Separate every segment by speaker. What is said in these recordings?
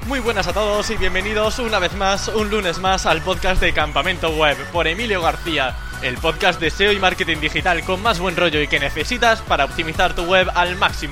Speaker 1: Muy buenas a todos y bienvenidos una vez más, un lunes más, al podcast de Campamento Web por Emilio García, el podcast de SEO y marketing digital con más buen rollo y que necesitas para optimizar tu web al máximo.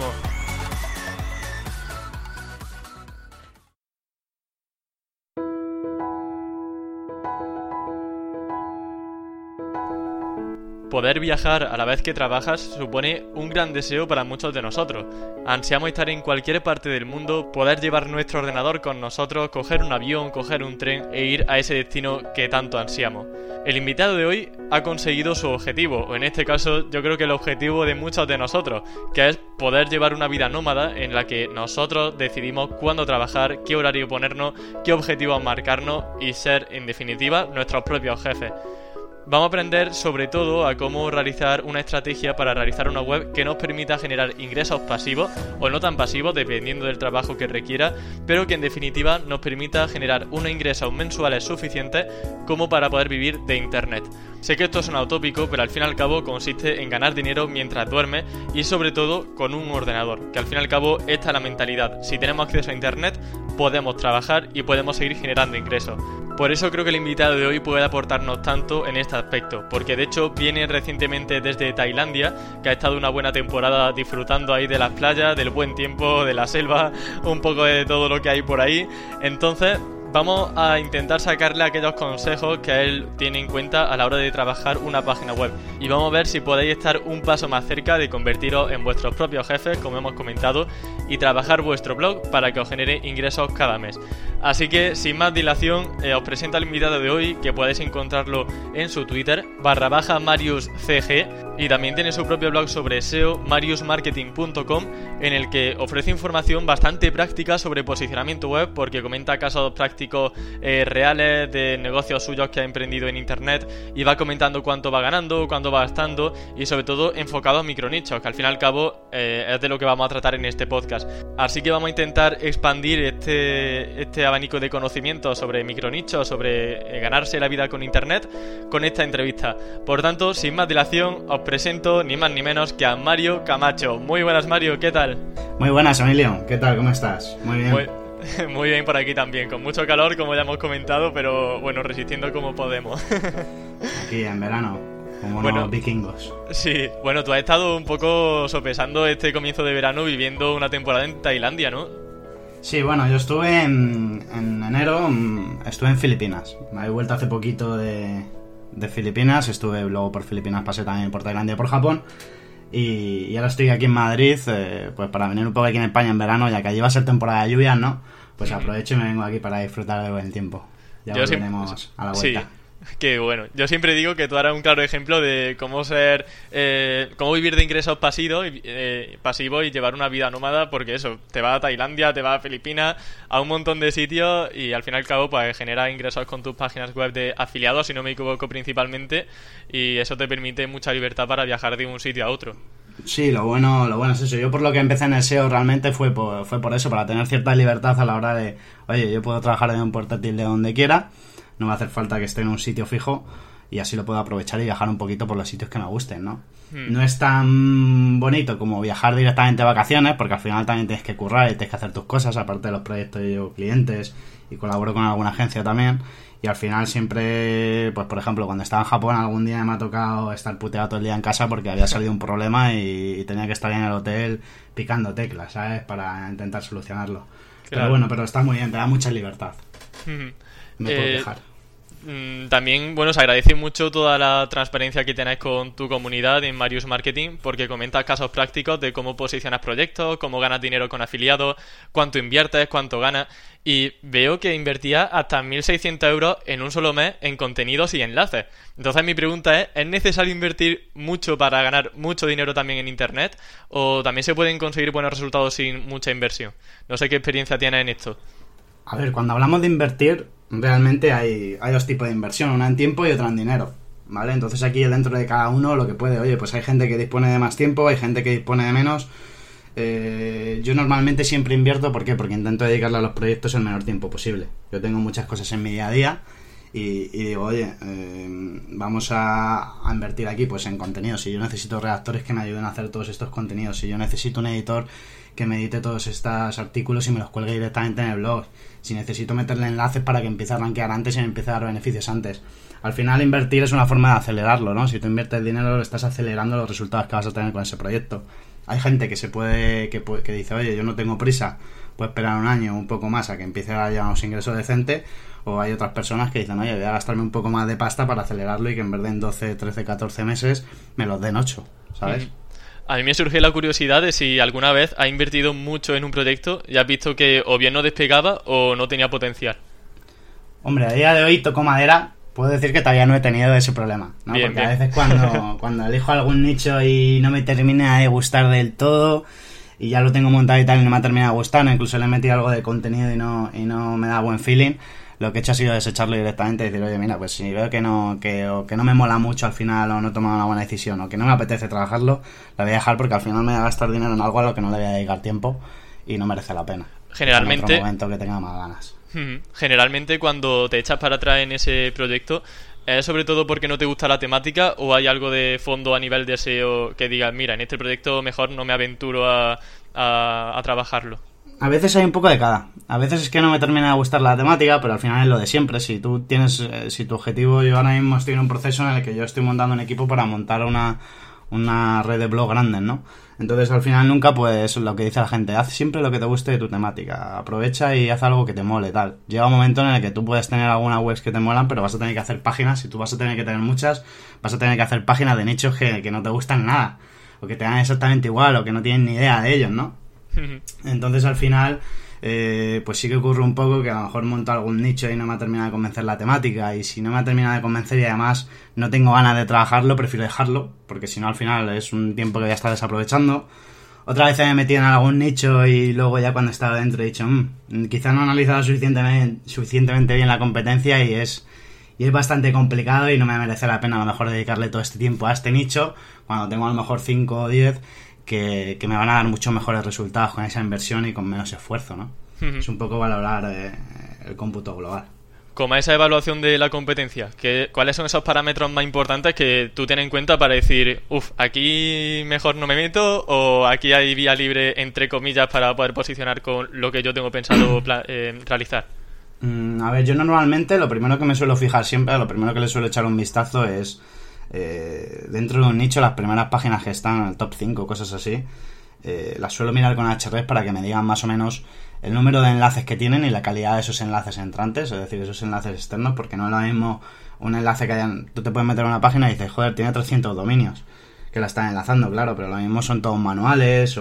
Speaker 1: Poder viajar a la vez que trabajas supone un gran deseo para muchos de nosotros. Ansiamos estar en cualquier parte del mundo, poder llevar nuestro ordenador con nosotros, coger un avión, coger un tren e ir a ese destino que tanto ansiamos. El invitado de hoy ha conseguido su objetivo, o en este caso yo creo que el objetivo de muchos de nosotros, que es poder llevar una vida nómada en la que nosotros decidimos cuándo trabajar, qué horario ponernos, qué objetivos marcarnos y ser, en definitiva, nuestros propios jefes. Vamos a aprender sobre todo a cómo realizar una estrategia para realizar una web que nos permita generar ingresos pasivos o no tan pasivos dependiendo del trabajo que requiera, pero que en definitiva nos permita generar unos ingresos mensuales suficientes como para poder vivir de internet. Sé que esto suena utópico, pero al fin y al cabo consiste en ganar dinero mientras duermes y sobre todo con un ordenador, que al fin y al cabo esta es la mentalidad. Si tenemos acceso a internet podemos trabajar y podemos seguir generando ingresos. Por eso creo que el invitado de hoy puede aportarnos tanto en este aspecto, porque de hecho viene recientemente desde Tailandia, que ha estado una buena temporada disfrutando ahí de las playas, del buen tiempo, de la selva, un poco de todo lo que hay por ahí. Entonces vamos a intentar sacarle aquellos consejos que él tiene en cuenta a la hora de trabajar una página web y vamos a ver si podéis estar un paso más cerca de convertiros en vuestros propios jefes, como hemos comentado, y trabajar vuestro blog para que os genere ingresos cada mes. Así que sin más dilación os presento al invitado de hoy, que podéis encontrarlo en su Twitter /MariusCG, y también tiene su propio blog sobre SEO, mariusmarketing.com, en el que ofrece información bastante práctica sobre posicionamiento web, porque comenta casos prácticos reales de negocios suyos que ha emprendido en internet y va comentando cuánto va ganando, cuánto va gastando y sobre todo enfocado a micronichos, que al fin y al cabo es de lo que vamos a tratar en este podcast. Así que vamos a intentar expandir este abanico de conocimientos sobre micronichos, sobre ganarse la vida con internet con esta entrevista. Por tanto, sin más dilación, os presento ni más ni menos que a Mario Camacho. Muy buenas, Mario, ¿qué tal?
Speaker 2: Muy buenas, Emilio, ¿qué tal? ¿Cómo estás? Muy bien.
Speaker 1: Muy bien por aquí también, con mucho calor como ya hemos comentado, pero bueno, resistiendo como podemos.
Speaker 2: Aquí en verano, como unos vikingos.
Speaker 1: Sí, bueno, tú has estado un poco sopesando este comienzo de verano viviendo una temporada en Tailandia, ¿no?
Speaker 2: Sí, bueno, yo estuve en enero, estuve en Filipinas. Me había vuelto hace poquito de Filipinas, estuve luego por Filipinas, pasé también por Tailandia y por Japón. Y ahora estoy aquí en Madrid, pues para venir un poco aquí en España en verano, ya que allí va a ser temporada de lluvias, ¿no? Pues aprovecho y me vengo aquí para disfrutar del buen tiempo. Ya volveremos a la vuelta.
Speaker 1: Sí. Que bueno, yo siempre digo que tú eres un claro ejemplo de cómo cómo vivir de ingresos pasivos y llevar una vida nómada, porque eso, te vas a Tailandia, te vas a Filipinas, a un montón de sitios y al fin y al cabo pues generas ingresos con tus páginas web de afiliados, si no me equivoco, principalmente, y eso te permite mucha libertad para viajar de un sitio a otro.
Speaker 2: Sí, lo bueno es eso. Yo por lo que empecé en el SEO realmente fue por eso, para tener cierta libertad a la hora de, oye, yo puedo trabajar de un portátil de donde quiera, no me va a hacer falta que esté en un sitio fijo y así lo puedo aprovechar y viajar un poquito por los sitios que me gusten, ¿no? No es tan bonito como viajar directamente de vacaciones, porque al final también tienes que currar y tienes que hacer tus cosas, aparte de los proyectos y clientes, y colaboro con alguna agencia también. Y al final siempre, pues por ejemplo, cuando estaba en Japón algún día me ha tocado estar puteado todo el día en casa porque había salido un problema y tenía que estar en el hotel picando teclas, ¿sabes? Para intentar solucionarlo. Claro. Pero bueno, pero está muy bien, te da mucha libertad. No puedo dejar.
Speaker 1: También, bueno, os agradece mucho toda la transparencia que tenéis con tu comunidad en Marius Marketing, porque comentas casos prácticos de cómo posicionas proyectos, cómo ganas dinero con afiliados, cuánto inviertes, cuánto ganas, y veo que invertías hasta 1.600 euros en un solo mes en contenidos y enlaces. Entonces mi pregunta ¿es necesario invertir mucho para ganar mucho dinero también en internet? ¿O también se pueden conseguir buenos resultados sin mucha inversión? No sé qué experiencia tienes en esto.
Speaker 2: A ver, cuando hablamos de invertir, realmente hay dos tipos de inversión, una en tiempo y otra en dinero, ¿vale? Entonces aquí dentro de cada uno lo que puede, oye, pues hay gente que dispone de más tiempo, hay gente que dispone de menos. Yo normalmente siempre invierto, ¿por qué? Porque intento dedicarle a los proyectos el menor tiempo posible. Yo tengo muchas cosas en mi día a día y digo, oye, vamos a invertir aquí pues en contenido. Si yo necesito redactores que me ayuden a hacer todos estos contenidos, si yo necesito un editor que me edite todos estos artículos y me los cuelgue directamente en el blog, si necesito meterle enlaces para que empiece a rankear antes y me empiece a dar beneficios antes. Al final invertir es una forma de acelerarlo, ¿no? Si tú inviertes dinero, estás acelerando los resultados que vas a tener con ese proyecto. Hay gente que dice, oye, yo no tengo prisa, puedo esperar un año o un poco más a que empiece a llegar unos ingresos decentes, o hay otras personas que dicen, oye, voy a gastarme un poco más de pasta para acelerarlo y que en vez de en 12, 13, 14 meses me los den 8, ¿sabes?
Speaker 1: A mí me surge la curiosidad de si alguna vez has invertido mucho en un proyecto y has visto que o bien no despegaba o no tenía potencial.
Speaker 2: Hombre, a día de hoy, toco madera, puedo decir que todavía no he tenido ese problema, ¿no?
Speaker 1: Bien,
Speaker 2: porque
Speaker 1: bien.
Speaker 2: a veces cuando elijo algún nicho y no me termina de gustar del todo y ya lo tengo montado y tal y no me ha terminado de gustar, incluso le he metido algo de contenido y no me da buen feeling, lo que he hecho ha sido desecharlo directamente y decir, oye, mira, pues si veo que no me mola mucho al final o no he tomado una buena decisión o que no me apetece trabajarlo, la voy a dejar porque al final me voy a gastar dinero en algo a lo que no le voy a dedicar tiempo y no merece la pena.
Speaker 1: Generalmente,
Speaker 2: en otro momento que tenga más ganas.
Speaker 1: Generalmente cuando te echas para atrás en ese proyecto, ¿es sobre todo porque no te gusta la temática o hay algo de fondo a nivel de SEO que digas, mira, en este proyecto mejor no me aventuro a trabajarlo?
Speaker 2: A veces hay un poco de cada. A veces es que no me termina de gustar la temática, pero al final es lo de siempre. Si tú tienes, si tu objetivo, yo ahora mismo estoy en un proceso en el que yo estoy montando un equipo para montar una red de blog grande, ¿no? Entonces al final nunca, pues lo que dice la gente, haz siempre lo que te guste de tu temática, aprovecha y haz algo que te mole, tal. Llega un momento en el que tú puedes tener algunas webs que te molan, pero vas a tener que hacer páginas, y tú vas a tener que tener muchas, vas a tener que hacer páginas de nichos que no te gustan nada, o que te dan exactamente igual, o que no tienen ni idea de ellos, ¿no? Entonces al final pues sí que ocurre un poco que a lo mejor monto algún nicho y no me ha terminado de convencer la temática, y si no me ha terminado de convencer y además no tengo ganas de trabajarlo, prefiero dejarlo, porque si no al final es un tiempo que voy a estar desaprovechando. Otra vez me he metido en algún nicho y luego ya cuando estaba dentro he dicho quizás no he analizado suficientemente bien la competencia y es bastante complicado y no me merece la pena a lo mejor dedicarle todo este tiempo a este nicho cuando tengo a lo mejor 5 o 10 que me van a dar muchos mejores resultados con esa inversión y con menos esfuerzo, ¿no? Es un poco valorar el cómputo global.
Speaker 1: Como esa evaluación de la competencia, ¿cuáles son esos parámetros más importantes que tú tienes en cuenta para decir, aquí mejor no me meto, o aquí hay vía libre, entre comillas, para poder posicionar con lo que yo tengo pensado realizar?
Speaker 2: A ver, yo normalmente lo primero que me suelo fijar siempre, lo primero que le suelo echar un vistazo es dentro de un nicho las primeras páginas que están en el top 5, cosas así, las suelo mirar con Ahrefs para que me digan más o menos el número de enlaces que tienen y la calidad de esos enlaces entrantes, es decir, esos enlaces externos, porque no es lo mismo un enlace que hayan... Tú te puedes meter en una página y dices, joder, tiene 300 dominios que la están enlazando, claro, pero lo mismo son todos manuales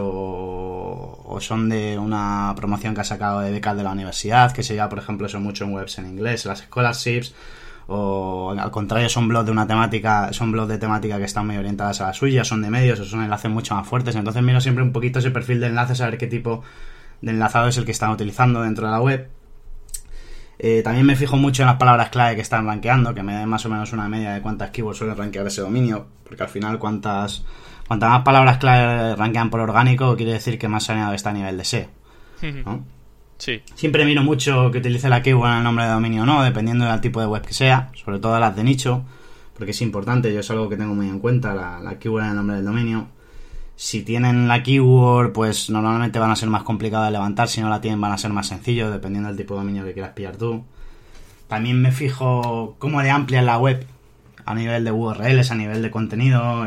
Speaker 2: o son de una promoción que ha sacado de becas de la universidad, que se lleva, por ejemplo, eso mucho en webs en inglés, las scholarships, o al contrario son blogs de temática que están muy orientadas a la suya, son de medios o son enlaces mucho más fuertes. Entonces miro siempre un poquito ese perfil de enlaces, a ver qué tipo de enlazado es el que están utilizando dentro de la web. También me fijo mucho en las palabras clave que están rankeando, que me den más o menos una media de cuántas keywords suele rankear ese dominio, porque al final cuantas más palabras clave rankean por orgánico, quiere decir que más saneado está a nivel de SEO, ¿no?
Speaker 1: Sí.
Speaker 2: Siempre miro mucho que utilice la keyword en el nombre de dominio o no, dependiendo del tipo de web que sea, sobre todo las de nicho, porque es importante, yo es algo que tengo muy en cuenta, la keyword en el nombre del dominio. Si tienen la keyword, pues normalmente van a ser más complicados de levantar, si no la tienen van a ser más sencillos, dependiendo del tipo de dominio que quieras pillar tú. También me fijo cómo de amplia es la web, a nivel de URLs, a nivel de contenido,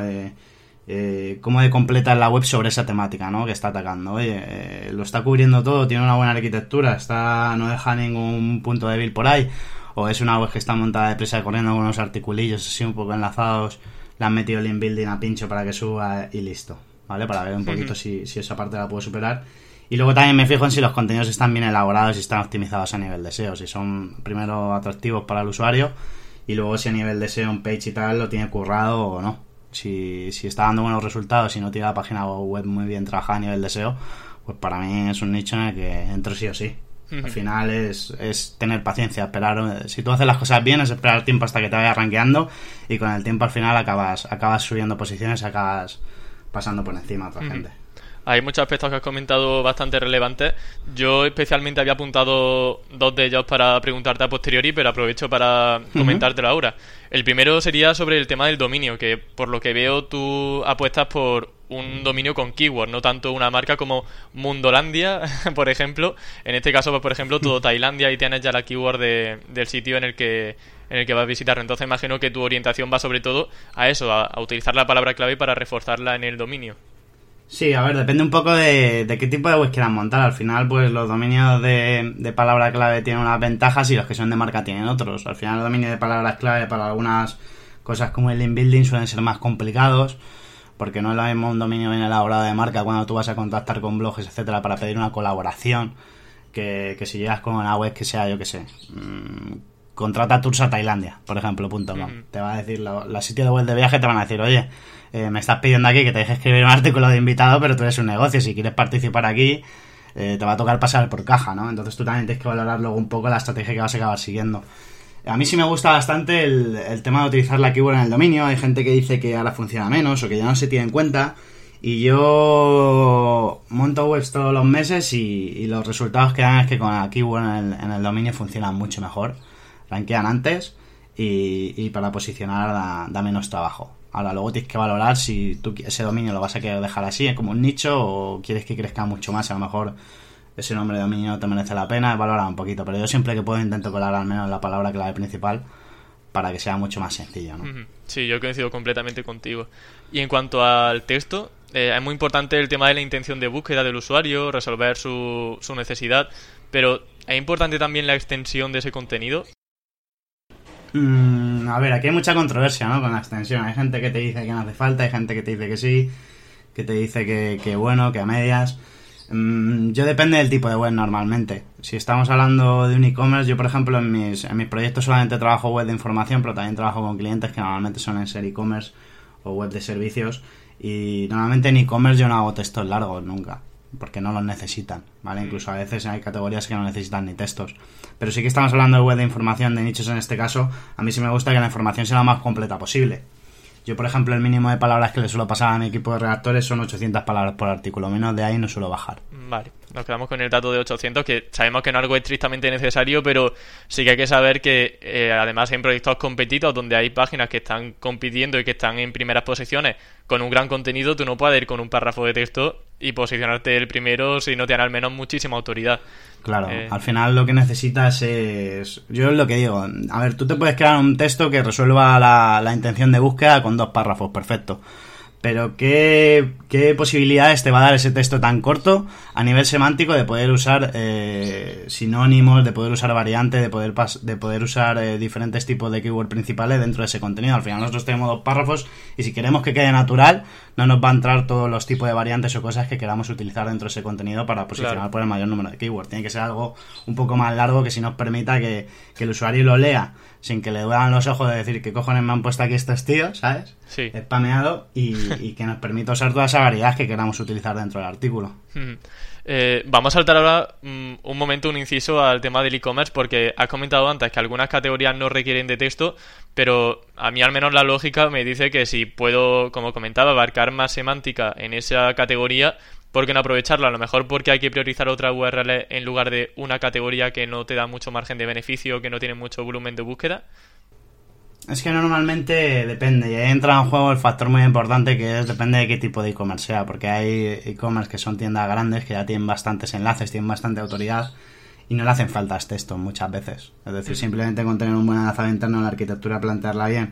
Speaker 2: cómo de completa es la web sobre esa temática, ¿no?, que está atacando. Oye, lo está cubriendo todo, tiene una buena arquitectura, no deja ningún punto débil por ahí, o es una web que está montada deprisa y corriendo con unos articulillos así un poco enlazados, le han metido el link building a pincho para que suba y listo, ¿vale? Para ver un poquito si esa parte la puedo superar. Y luego también me fijo en si los contenidos están bien elaborados y están optimizados a nivel de SEO, si son primero atractivos para el usuario y luego si a nivel de SEO, on page y tal, lo tiene currado o no. Si está dando buenos resultados y no tiene la página web muy bien trabajada a nivel de SEO, pues para mí es un nicho en el que entro sí o sí. Al final es tener paciencia, esperar. Si tú haces las cosas bien, es esperar tiempo hasta que te vayas rankeando y con el tiempo al final acabas subiendo posiciones, acabas pasando por encima a otra gente.
Speaker 1: Hay muchos aspectos que has comentado bastante relevantes. Yo especialmente había apuntado dos de ellos para preguntarte a posteriori, pero aprovecho para comentártelo ahora. El primero sería sobre el tema del dominio, que por lo que veo tú apuestas por un dominio con keyword, no tanto una marca como Mundolandia, por ejemplo. En este caso, pues, por ejemplo, todo Tailandia, y tienes ya la keyword del sitio en el que vas a visitar. Entonces imagino que tu orientación va sobre todo a eso, a utilizar la palabra clave para reforzarla en el dominio.
Speaker 2: Sí, a ver, depende un poco de qué tipo de web quieran montar. Al final, pues los dominios de palabra clave tienen unas ventajas y los que son de marca tienen otros. Al final, los dominios de palabras clave para algunas cosas como el link building suelen ser más complicados, porque no es lo mismo un dominio bien elaborado de marca cuando tú vas a contactar con blogs, etcétera, para pedir una colaboración, que si llegas con una web que sea, yo qué sé, contrata tours a Tailandia, por ejemplo, .com. Te va a decir, los sitios de web de viaje te van a decir, oye, me estás pidiendo aquí que te deje escribir un artículo de invitado, pero tú eres un negocio, si quieres participar aquí, te va a tocar pasar por caja, ¿no? Entonces tú también tienes que valorar luego un poco la estrategia que vas a acabar siguiendo. A mí sí me gusta bastante el tema de utilizar la keyword en el dominio. Hay gente que dice que ahora funciona menos o que ya no se tiene en cuenta, y yo monto webs todos los meses y los resultados que dan es que con la keyword en el dominio funcionan mucho mejor, rankean antes y para posicionar da menos trabajo. Ahora luego tienes que valorar si tú ese dominio lo vas a querer dejar así como un nicho o quieres que crezca mucho más. A lo mejor ese nombre de dominio no te merece la pena, valorar un poquito, pero yo siempre que puedo intento colar al menos la palabra clave principal para que sea mucho más sencillo, ¿no?
Speaker 1: Sí, yo coincido completamente contigo. Y en cuanto al texto, es muy importante el tema de la intención de búsqueda del usuario, resolver su necesidad, pero es importante también la extensión de ese contenido.
Speaker 2: A ver, aquí hay mucha controversia, ¿no? Con la extensión. Hay gente que te dice que no hace falta, hay gente que te dice que sí, que te dice que bueno, que a medias. Yo depende del tipo de web normalmente. Si estamos hablando de un e-commerce, yo por ejemplo en mis proyectos solamente trabajo web de información, pero también trabajo con clientes que normalmente suelen ser e-commerce o web de servicios, y normalmente en e-commerce yo no hago textos largos nunca, porque no los necesitan, ¿vale? Incluso a veces hay categorías que no necesitan ni textos. Pero sí que estamos hablando de web de información, de nichos en este caso. A mí sí me gusta que la información sea lo más completa posible. Yo, por ejemplo, el mínimo de palabras que le suelo pasar a mi equipo de redactores son 800 palabras por artículo. Menos de ahí no suelo bajar.
Speaker 1: Vale, nos quedamos con el dato de 800, que sabemos que no es algo estrictamente necesario, pero sí que hay que saber que además en proyectos competidos donde hay páginas que están compitiendo y que están en primeras posiciones con un gran contenido, tú no puedes ir con un párrafo de texto y posicionarte el primero si no tienes al menos muchísima autoridad.
Speaker 2: Claro, al final lo que necesitas es... Yo es lo que digo, a ver, tú te puedes crear un texto que resuelva la intención de búsqueda con 2 párrafos, perfecto. Pero ¿qué posibilidades te va a dar ese texto tan corto a nivel semántico de poder usar sinónimos, de poder usar variantes, de poder usar diferentes tipos de keyword principales dentro de ese contenido? Al final nosotros tenemos 2 párrafos y si queremos que quede natural no nos va a entrar todos los tipos de variantes o cosas que queramos utilizar dentro de ese contenido para posicionar por el mayor número de keywords. Tiene que ser algo un poco más largo que sí nos permita que el usuario lo lea sin que le duelan los ojos de decir qué cojones me han puesto aquí estos tíos, ¿sabes?
Speaker 1: Sí.
Speaker 2: Spameado y que nos permita usar toda esa variedad que queramos utilizar dentro del artículo.
Speaker 1: Vamos a saltar ahora un momento, un inciso al tema del e-commerce, porque has comentado antes que algunas categorías no requieren de texto, pero a mí al menos la lógica me dice que si puedo, como comentaba, abarcar más semántica en esa categoría, ¿por qué no aprovecharla? A lo mejor porque hay que priorizar otra URL en lugar de una categoría que no te da mucho margen de beneficio, que no tiene mucho volumen de búsqueda.
Speaker 2: Es que normalmente depende, y ahí entra en juego el factor muy importante que es depende de qué tipo de e-commerce sea, porque hay e-commerce que son tiendas grandes que ya tienen bastantes enlaces, tienen bastante autoridad y no le hacen faltas textos muchas veces. Es decir, simplemente con tener un buen enlazado interno, la arquitectura, plantearla bien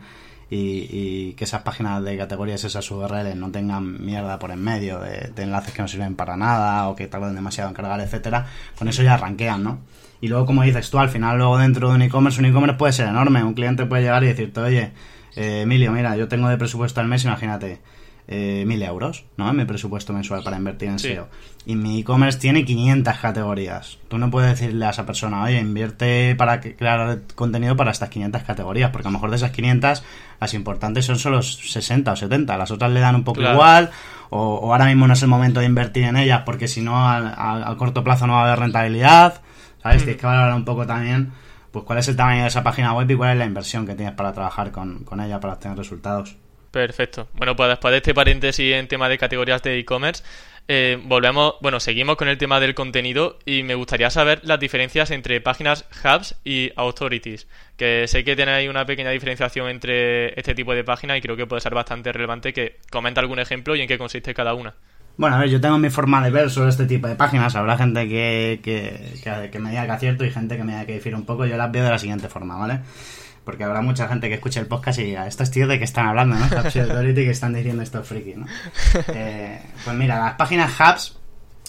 Speaker 2: y que esas páginas de categorías, esas URLs no tengan mierda por en medio de enlaces que no sirven para nada o que tardan demasiado en cargar, etcétera, con eso ya rankean, ¿no? Y luego, como dices tú, al final luego dentro de un e-commerce puede ser enorme. Un cliente puede llegar y decirte, oye, Emilio, mira, yo tengo de presupuesto al mes, imagínate, 1.000 euros, ¿no? En mi presupuesto mensual para invertir en SEO. Y mi e-commerce tiene 500 categorías. Tú no puedes decirle a esa persona, oye, invierte para crear contenido para estas 500 categorías, porque a lo mejor de esas 500, las importantes son solo 60 o 70. Las otras le dan un poco igual, o ahora mismo no es el momento de invertir en ellas, porque si no, a corto plazo no va a haber rentabilidad. ¿Sabes? Tienes que valorar un poco también pues cuál es el tamaño de esa página web y cuál es la inversión que tienes para trabajar con ella para obtener resultados.
Speaker 1: Perfecto. Bueno, pues después de este paréntesis en tema de categorías de e-commerce, seguimos con el tema del contenido y me gustaría saber las diferencias entre páginas hubs y authorities, que sé que tenéis una pequeña diferenciación entre este tipo de páginas y creo que puede ser bastante relevante que comenta algún ejemplo y en qué consiste cada una.
Speaker 2: Bueno, a ver, yo tengo mi forma de ver sobre este tipo de páginas. Habrá gente que me diga que acierto y gente que me diga que difiere un poco. Yo las veo de la siguiente forma, ¿vale? Porque habrá mucha gente que escuche el podcast y diga, estos tíos de qué están hablando, ¿no? Hubs y Authority que están diciendo esto friki, ¿no? Pues mira, las páginas hubs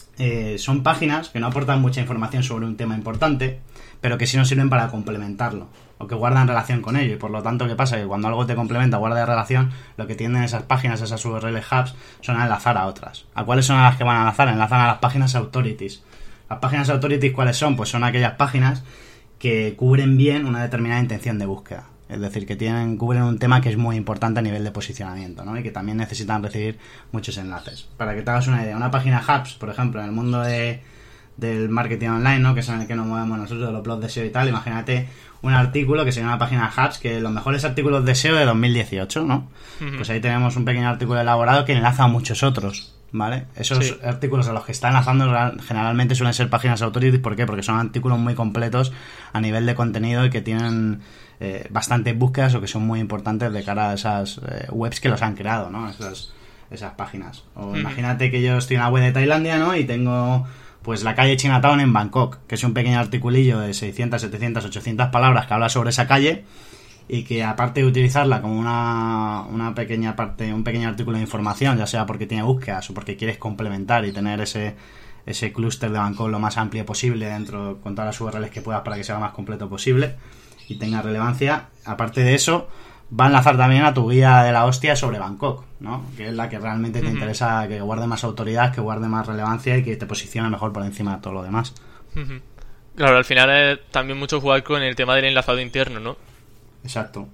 Speaker 2: son páginas que no aportan mucha información sobre un tema importante, pero que sí nos sirven para complementarlo, o que guardan relación con ello, y por lo tanto, ¿qué pasa? Que cuando algo te complementa, guarda relación, lo que tienden esas páginas, esas URL hubs, son a enlazar a otras. ¿A cuáles son a las que van a enlazar? Enlazan a las páginas authorities. ¿Las páginas authorities cuáles son? Pues son aquellas páginas que cubren bien una determinada intención de búsqueda. Es decir, que cubren un tema que es muy importante a nivel de posicionamiento, ¿no? Y que también necesitan recibir muchos enlaces. Para que te hagas una idea, una página hubs, por ejemplo, en el mundo del marketing online, ¿no? Que es en el que nos movemos nosotros, de los blogs de SEO y tal, imagínate un artículo que sería una página hubs, que los mejores artículos de SEO de 2018, ¿no? Uh-huh. Pues ahí tenemos un pequeño artículo elaborado que enlaza a muchos otros, ¿vale? Esos artículos a los que está enlazando generalmente suelen ser páginas authorities. ¿Por qué? Porque son artículos muy completos a nivel de contenido y que tienen bastantes búsquedas o que son muy importantes de cara a esas webs que los han creado, ¿no? Esas páginas. O imagínate que yo estoy en la web de Tailandia, ¿no? Y tengo pues la calle Chinatown en Bangkok, que es un pequeño articulillo de 600, 700, 800 palabras que habla sobre esa calle, y que aparte de utilizarla como una pequeña parte, un pequeño artículo de información, ya sea porque tiene búsquedas o porque quieres complementar y tener ese clúster de Bangkok lo más amplio posible dentro, con todas las URLs que puedas para que sea lo más completo posible y tenga relevancia, aparte de eso va a enlazar también a tu guía de la hostia sobre Bangkok, ¿no? Que es la que realmente te interesa, que guarde más autoridad, que guarde más relevancia y que te posicione mejor por encima de todo lo demás.
Speaker 1: Claro, al final es también mucho jugar con el tema del enlazado interno, ¿no?
Speaker 2: Exacto.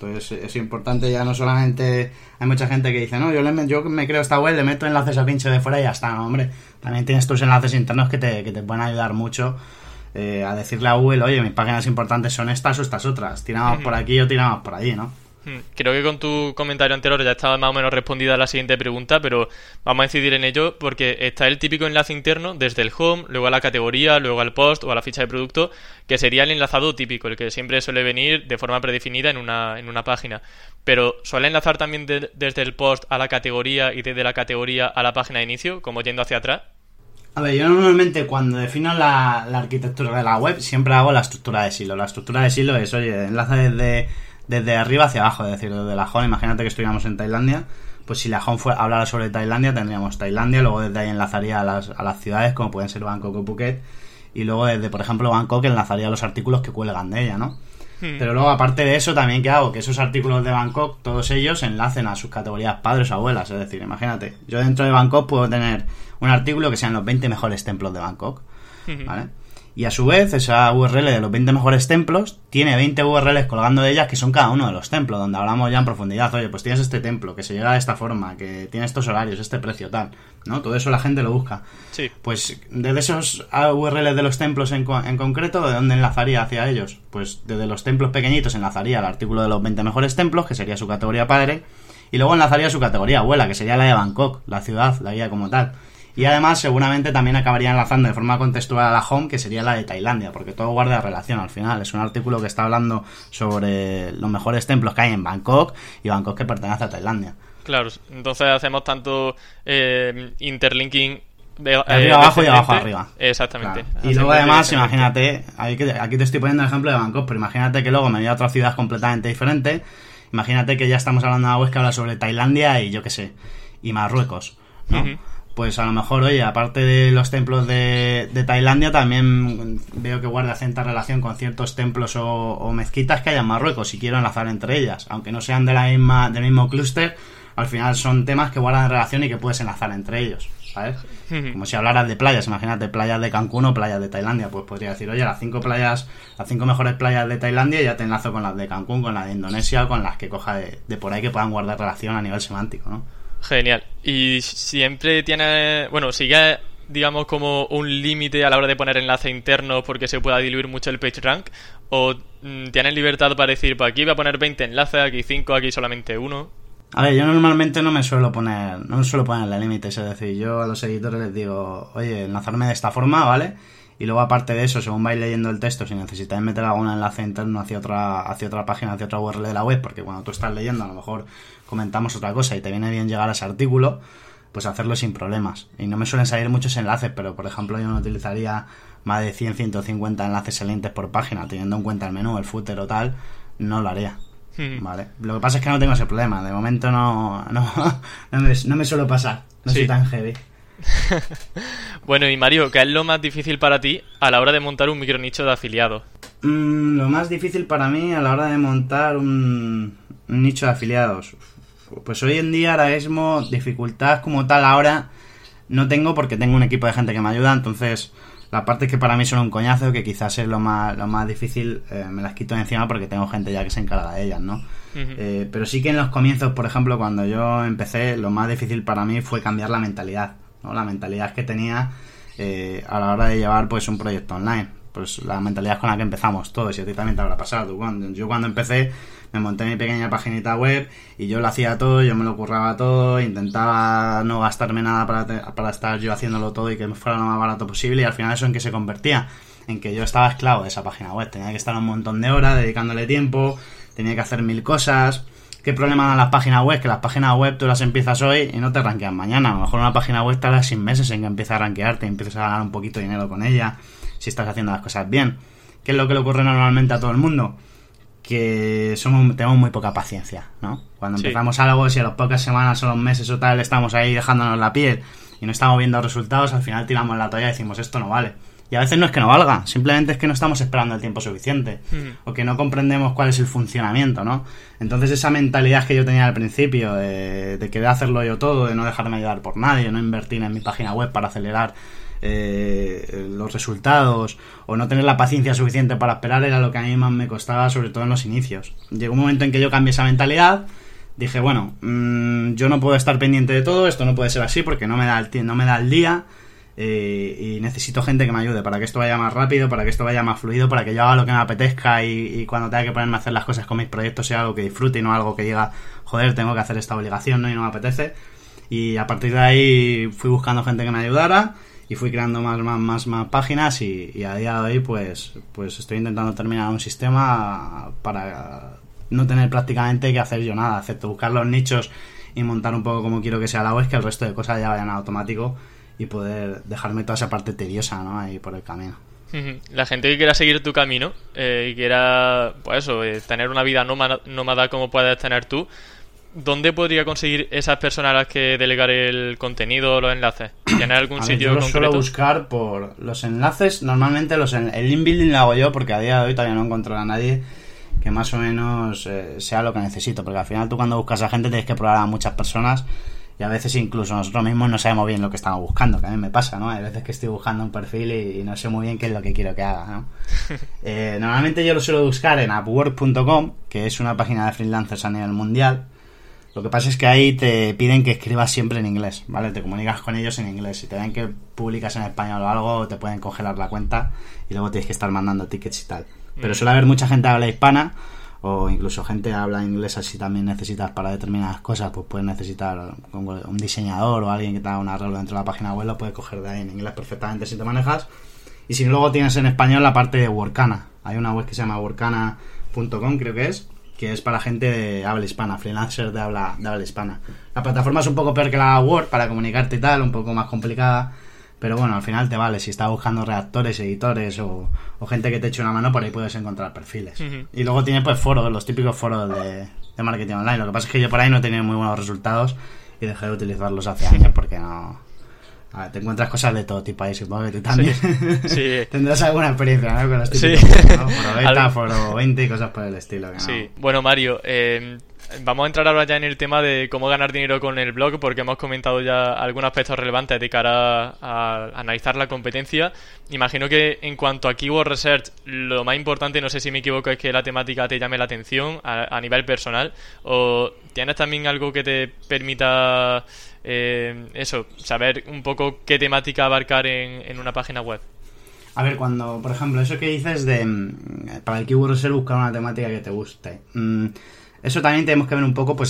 Speaker 2: Es importante. Ya no solamente hay mucha gente que dice, no, yo me creo esta web, le meto enlaces a pinche de fuera y ya está, no, hombre. También tienes tus enlaces internos que te pueden ayudar mucho a decirle a Google, oye, mis páginas importantes son estas o estas otras, tiramos por aquí o tiramos por allí, ¿no?
Speaker 1: Creo que con tu comentario anterior ya estaba más o menos respondida la siguiente pregunta, pero vamos a incidir en ello porque está el típico enlace interno desde el home, luego a la categoría, luego al post o a la ficha de producto, que sería el enlazado típico, el que siempre suele venir de forma predefinida en una página. Pero ¿suele enlazar también desde el post a la categoría y desde la categoría a la página de inicio, como yendo hacia atrás?
Speaker 2: A ver, yo normalmente cuando defino la arquitectura de la web siempre hago la estructura de silo. La estructura de silo es, oye, enlaza desde arriba hacia abajo, es decir, desde la home. Imagínate que estuviéramos en Tailandia, pues si la home hablara sobre Tailandia, tendríamos Tailandia, luego desde ahí enlazaría a las ciudades como pueden ser Bangkok o Phuket, y luego desde, por ejemplo, Bangkok enlazaría los artículos que cuelgan de ella, ¿no? Pero luego, aparte de eso, también ¿qué hago? Que esos artículos de Bangkok, todos ellos enlacen a sus categorías padres o abuelas. Es decir, imagínate, yo dentro de Bangkok puedo tener un artículo que sean los 20 mejores templos de Bangkok, ¿vale? Y a su vez, esa URL de los 20 mejores templos tiene 20 URLs colgando de ellas que son cada uno de los templos, donde hablamos ya en profundidad. Oye, pues tienes este templo, que se llega de esta forma, que tiene estos horarios, este precio, tal, ¿no? Todo eso la gente lo busca.
Speaker 1: Sí.
Speaker 2: Pues desde esos URLs de los templos en concreto, ¿de dónde enlazaría hacia ellos? Pues desde los templos pequeñitos enlazaría al artículo de los 20 mejores templos, que sería su categoría padre, y luego enlazaría su categoría abuela, que sería la de Bangkok, la ciudad, la guía como tal. Y además seguramente también acabaría enlazando de forma contextual a la home, que sería la de Tailandia, porque todo guarda relación al final. Es un artículo que está hablando sobre los mejores templos que hay en Bangkok y Bangkok que pertenece a Tailandia.
Speaker 1: Claro, entonces hacemos tanto interlinking de
Speaker 2: arriba abajo y abajo arriba.
Speaker 1: Exactamente.
Speaker 2: Claro. Y luego además, imagínate, aquí te estoy poniendo el ejemplo de Bangkok, pero imagínate que luego me voy a otra ciudad completamente diferente. Imagínate que ya estamos hablando de una web que habla sobre Tailandia y yo qué sé, y Marruecos, ¿no? Pues a lo mejor, oye, aparte de los templos de Tailandia, también veo que guarda cierta relación con ciertos templos o mezquitas que hay en Marruecos y quiero enlazar entre ellas. Aunque no sean del mismo clúster, al final son temas que guardan relación y que puedes enlazar entre ellos, ¿sabes? Como si hablaras de playas, imagínate, playas de Cancún o playas de Tailandia, pues podría decir, oye, las 5 mejores playas de Tailandia ya te enlazo con las de Cancún, con las de Indonesia o con las que coja de por ahí que puedan guardar relación a nivel semántico, ¿no?
Speaker 1: Genial. ¿Y siempre tiene, sigue, digamos, como un límite a la hora de poner enlace interno porque se pueda diluir mucho el PageRank? ¿O tienes libertad para decir, pues aquí voy a poner 20 enlaces, aquí 5, aquí solamente 1?
Speaker 2: A ver, yo normalmente no me suelo poner límites, es decir, yo a los editores les digo, oye, enlazarme de esta forma, ¿vale? Y luego aparte de eso, según vais leyendo el texto, si necesitáis meter algún enlace interno hacia otra página, hacia otra URL de la web, porque cuando tú estás leyendo a lo mejor comentamos otra cosa y te viene bien llegar a ese artículo, pues hacerlo sin problemas. Y no me suelen salir muchos enlaces, pero por ejemplo yo no utilizaría más de 100-150 enlaces salientes por página, teniendo en cuenta el menú, el footer o tal, no lo haría. Vale. Lo que pasa es que no tengo ese problema. De momento no me suelo pasar. No soy tan heavy.
Speaker 1: Bueno, y Mario, ¿qué es lo más difícil para ti a la hora de montar un micronicho de afiliados?
Speaker 2: Lo más difícil para mí a la hora de montar un nicho de afiliados, pues hoy en día ahora mismo dificultad como tal ahora no tengo, porque tengo un equipo de gente que me ayuda. Entonces la parte que para mí son un coñazo, que quizás es lo más difícil, me las quito de encima porque tengo gente ya que se encarga de ellas, ¿no? Pero sí que en los comienzos, por ejemplo, cuando yo empecé, lo más difícil para mí fue cambiar la mentalidad, ¿no? La mentalidad que tenía a la hora de llevar pues un proyecto online. Pues la mentalidad con la que empezamos todos, y a ti también te habrá pasado. Yo cuando empecé me monté mi pequeña paginita web y yo lo hacía todo, yo me lo curraba todo, intentaba no gastarme nada para estar yo haciéndolo todo y que me fuera lo más barato posible, y al final eso en qué se convertía, en que yo estaba esclavo de esa página web, tenía que estar un montón de horas dedicándole tiempo, tenía que hacer 1000 cosas. ¿Qué problema dan las páginas web? Que las páginas web tú las empiezas hoy y no te rankean mañana. A lo mejor una página web tarda 6 meses en que empiece a rankearte y empieces a ganar un poquito de dinero con ella, si estás haciendo las cosas bien. ¿Qué es lo que le ocurre normalmente a todo el mundo? Que tenemos muy poca paciencia, ¿no? Cuando empezamos algo, si a las pocas semanas o los meses o tal estamos ahí dejándonos la piel y no estamos viendo resultados, al final tiramos la toalla y decimos esto no vale. Y a veces no es que no valga, simplemente es que no estamos esperando el tiempo suficiente, o que no comprendemos cuál es el funcionamiento, ¿no? Entonces esa mentalidad que yo tenía al principio de querer hacerlo yo todo, de no dejarme ayudar por nadie, de no invertir en mi página web para acelerar los resultados, o no tener la paciencia suficiente para esperar, era lo que a mí más me costaba, sobre todo en los inicios. Llegó un momento en que yo cambié esa mentalidad, dije, bueno, yo no puedo estar pendiente de todo, esto no puede ser así porque no me da el día, y necesito gente que me ayude para que esto vaya más rápido, para que esto vaya más fluido, para que yo haga lo que me apetezca y cuando tenga que ponerme a hacer las cosas con mis proyectos sea algo que disfrute y no algo que diga, joder, tengo que hacer esta obligación, ¿no? Y no me apetece. Y a partir de ahí fui buscando gente que me ayudara y fui creando más páginas y a día de hoy pues estoy intentando terminar un sistema para no tener prácticamente que hacer yo nada, excepto buscar los nichos y montar un poco como quiero que sea la web, que el resto de cosas ya vayan automático y poder dejarme toda esa parte tediosa, ¿no? Ahí por el camino.
Speaker 1: La gente que quiera seguir tu camino y quiera, pues eso, tener una vida nómada como puedes tener tú, ¿dónde podría conseguir esas personas a las que delegar el contenido o los enlaces? ¿Tienes algún sitio concreto? Yo suelo
Speaker 2: buscar por los enlaces. Normalmente el link building lo hago yo porque a día de hoy todavía no encuentro a nadie que más o menos sea lo que necesito, porque al final tú cuando buscas a gente tienes que probar a muchas personas y a veces incluso nosotros mismos no sabemos bien lo que estamos buscando, que a mí me pasa, ¿no? Hay veces que estoy buscando un perfil y no sé muy bien qué es lo que quiero que haga, ¿no? Normalmente yo lo suelo buscar en Upwork.com, que es una página de freelancers a nivel mundial. Lo que pasa es que ahí te piden que escribas siempre en inglés, ¿vale? Te comunicas con ellos en inglés. Si te ven que publicas en español o algo, te pueden congelar la cuenta y luego tienes que estar mandando tickets y tal. Pero suele haber mucha gente que habla hispana, o incluso gente que habla inglés, si también necesitas para determinadas cosas, pues puedes necesitar un diseñador o alguien que te haga un arreglo dentro de la página web, lo puedes coger de ahí en inglés perfectamente si te manejas. Y si luego tienes en español la parte de Workana. Hay una web que se llama workana.com, creo que es para gente de habla hispana, freelancers de habla hispana. La plataforma es un poco peor que la Word para comunicarte y tal, un poco más complicada, pero bueno, al final te vale. Si estás buscando redactores, editores o gente que te eche una mano, por ahí puedes encontrar perfiles. Y luego tienes pues foros, los típicos foros de marketing online. Lo que pasa es que yo por ahí no he tenido muy buenos resultados y dejé de utilizarlos hace años porque no... A ver, te encuentras cosas de todo tipo ahí, supongo que tú también. Sí. Tendrás alguna experiencia, ¿no? Con los típicos, ¿no? Foro Beta, Foro 20 y cosas por el estilo. Que
Speaker 1: sí. No. Bueno, Mario, vamos a entrar ahora ya en el tema de cómo ganar dinero con el blog, porque hemos comentado ya algunos aspectos relevantes de cara a analizar la competencia. Imagino que en cuanto a Keyword Research, lo más importante, no sé si me equivoco, es que la temática te llame la atención a nivel personal, o tienes también algo que te permita... saber un poco qué temática abarcar en una página web.
Speaker 2: A ver, cuando, por ejemplo, eso que dices de para el keyword research buscar una temática que te guste, eso también tenemos que ver un poco, pues,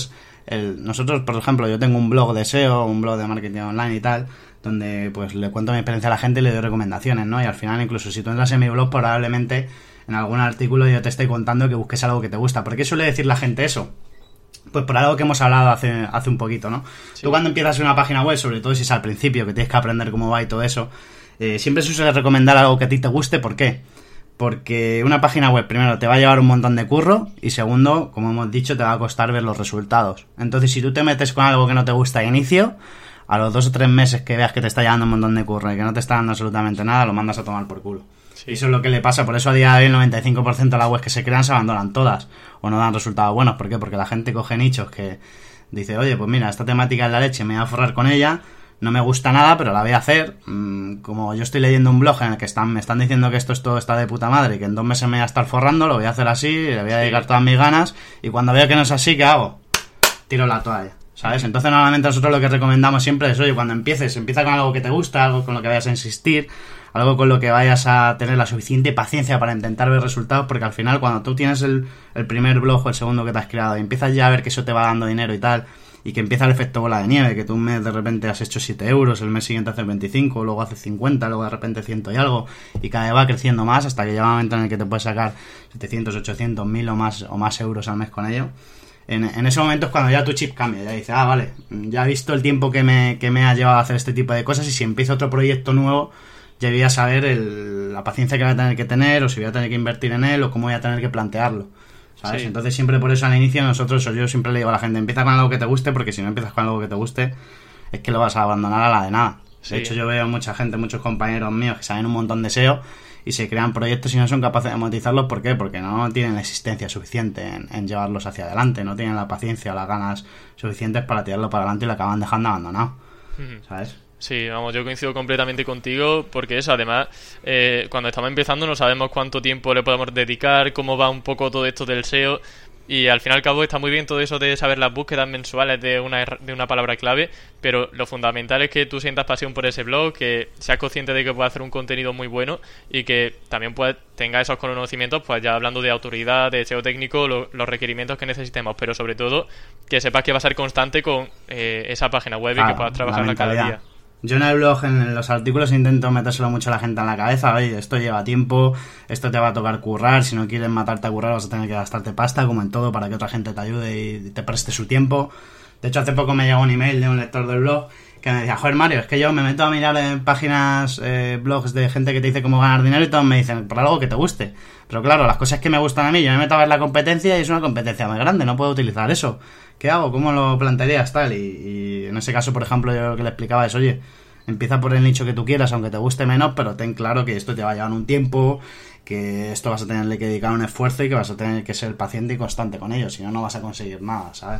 Speaker 2: Nosotros, por ejemplo, yo tengo un blog de SEO, un blog de marketing online y tal, donde pues le cuento mi experiencia a la gente y le doy recomendaciones, ¿no? Y al final, incluso si tú entras en mi blog, probablemente en algún artículo yo te estoy contando que busques algo que te gusta. ¿Por qué suele decir la gente eso? Pues por algo que hemos hablado hace un poquito, ¿no? Sí. Tú cuando empiezas una página web, sobre todo si es al principio, que tienes que aprender cómo va y todo eso, siempre se suele recomendar algo que a ti te guste. ¿Por qué? Porque una página web, primero, te va a llevar un montón de curro y segundo, como hemos dicho, te va a costar ver los resultados. Entonces, si tú te metes con algo que no te gusta de inicio, a los 2 o 3 meses que veas que te está llevando un montón de curro y que no te está dando absolutamente nada, lo mandas a tomar por culo. Sí. Y eso es lo que le pasa. Por eso a día de hoy el 95% de las webs que se crean se abandonan todas o no dan resultados buenos. ¿Por qué? Porque la gente coge nichos que dice, oye, pues mira, esta temática es la leche, me voy a forrar con ella. No me gusta nada, pero la voy a hacer. Como yo estoy leyendo un blog en el que me están diciendo que esto está de puta madre y que en 2 meses me voy a estar forrando, lo voy a hacer así, le voy a dedicar todas mis ganas y cuando veo que no es así, ¿qué hago? Tiro la toalla, ¿sabes? Entonces normalmente nosotros lo que recomendamos siempre es, oye, cuando empieza con algo que te gusta, algo con lo que vayas a insistir, algo con lo que vayas a tener la suficiente paciencia para intentar ver resultados, porque al final cuando tú tienes el primer blog o el segundo que te has creado y empiezas ya a ver que eso te va dando dinero y tal, y que empieza el efecto bola de nieve, que tú un mes de repente has hecho 7 euros, el mes siguiente haces 25, luego haces 50, luego de repente 100 y algo, y cada vez va creciendo más hasta que llega un momento en el que te puedes sacar 700, 800, 1000 o más euros al mes con ello. En ese momento es cuando ya tu chip cambia, ya dices, vale, ya he visto el tiempo que me ha llevado a hacer este tipo de cosas y si empiezo otro proyecto nuevo, ya voy a saber la paciencia que voy a tener que tener, o si voy a tener que invertir en él, o cómo voy a tener que plantearlo. ¿Sabes? Sí. Entonces siempre por eso al inicio yo siempre le digo a la gente, empieza con algo que te guste, porque si no empiezas con algo que te guste es que lo vas a abandonar a la de nada. Sí. De hecho yo veo mucha gente, muchos compañeros míos que saben un montón de SEO y se crean proyectos y no son capaces de monetizarlos. ¿Por qué? Porque no tienen la existencia suficiente en llevarlos hacia adelante, no tienen la paciencia o las ganas suficientes para tirarlo para adelante y lo acaban dejando abandonado. ¿Sabes?
Speaker 1: Sí, vamos, yo coincido completamente contigo porque eso, además, cuando estamos empezando no sabemos cuánto tiempo le podemos dedicar, cómo va un poco todo esto del SEO y al fin y al cabo está muy bien todo eso de saber las búsquedas mensuales de una palabra clave, pero lo fundamental es que tú sientas pasión por ese blog, que seas consciente de que puedes hacer un contenido muy bueno y que también tengas esos conocimientos, pues ya hablando de autoridad, de SEO técnico, los requerimientos que necesitemos, pero sobre todo que sepas que va a ser constante con esa página web y que puedas trabajarla cada día.
Speaker 2: Yo en el blog, en los artículos, intento metérselo mucho a la gente en la cabeza. Oye, esto lleva tiempo, esto te va a tocar currar. Si no quieres matarte a currar, vas a tener que gastarte pasta, como en todo, para que otra gente te ayude y te preste su tiempo. De hecho, hace poco me llegó un email de un lector del blog que me decía, joder, Mario, es que yo me meto a mirar en páginas, blogs de gente que te dice cómo ganar dinero y todos me dicen, por algo que te guste. Pero claro, las cosas que me gustan a mí, yo me meto a ver la competencia y es una competencia muy grande, no puedo utilizar eso. ¿Qué hago? ¿Cómo lo plantearías? Tal. Y en ese caso, por ejemplo, yo lo que le explicaba es, oye, empieza por el nicho que tú quieras, aunque te guste menos, pero ten claro que esto te va a llevar un tiempo, que esto vas a tenerle que dedicar un esfuerzo y que vas a tener que ser paciente y constante con ello, si no, no vas a conseguir nada, ¿sabes?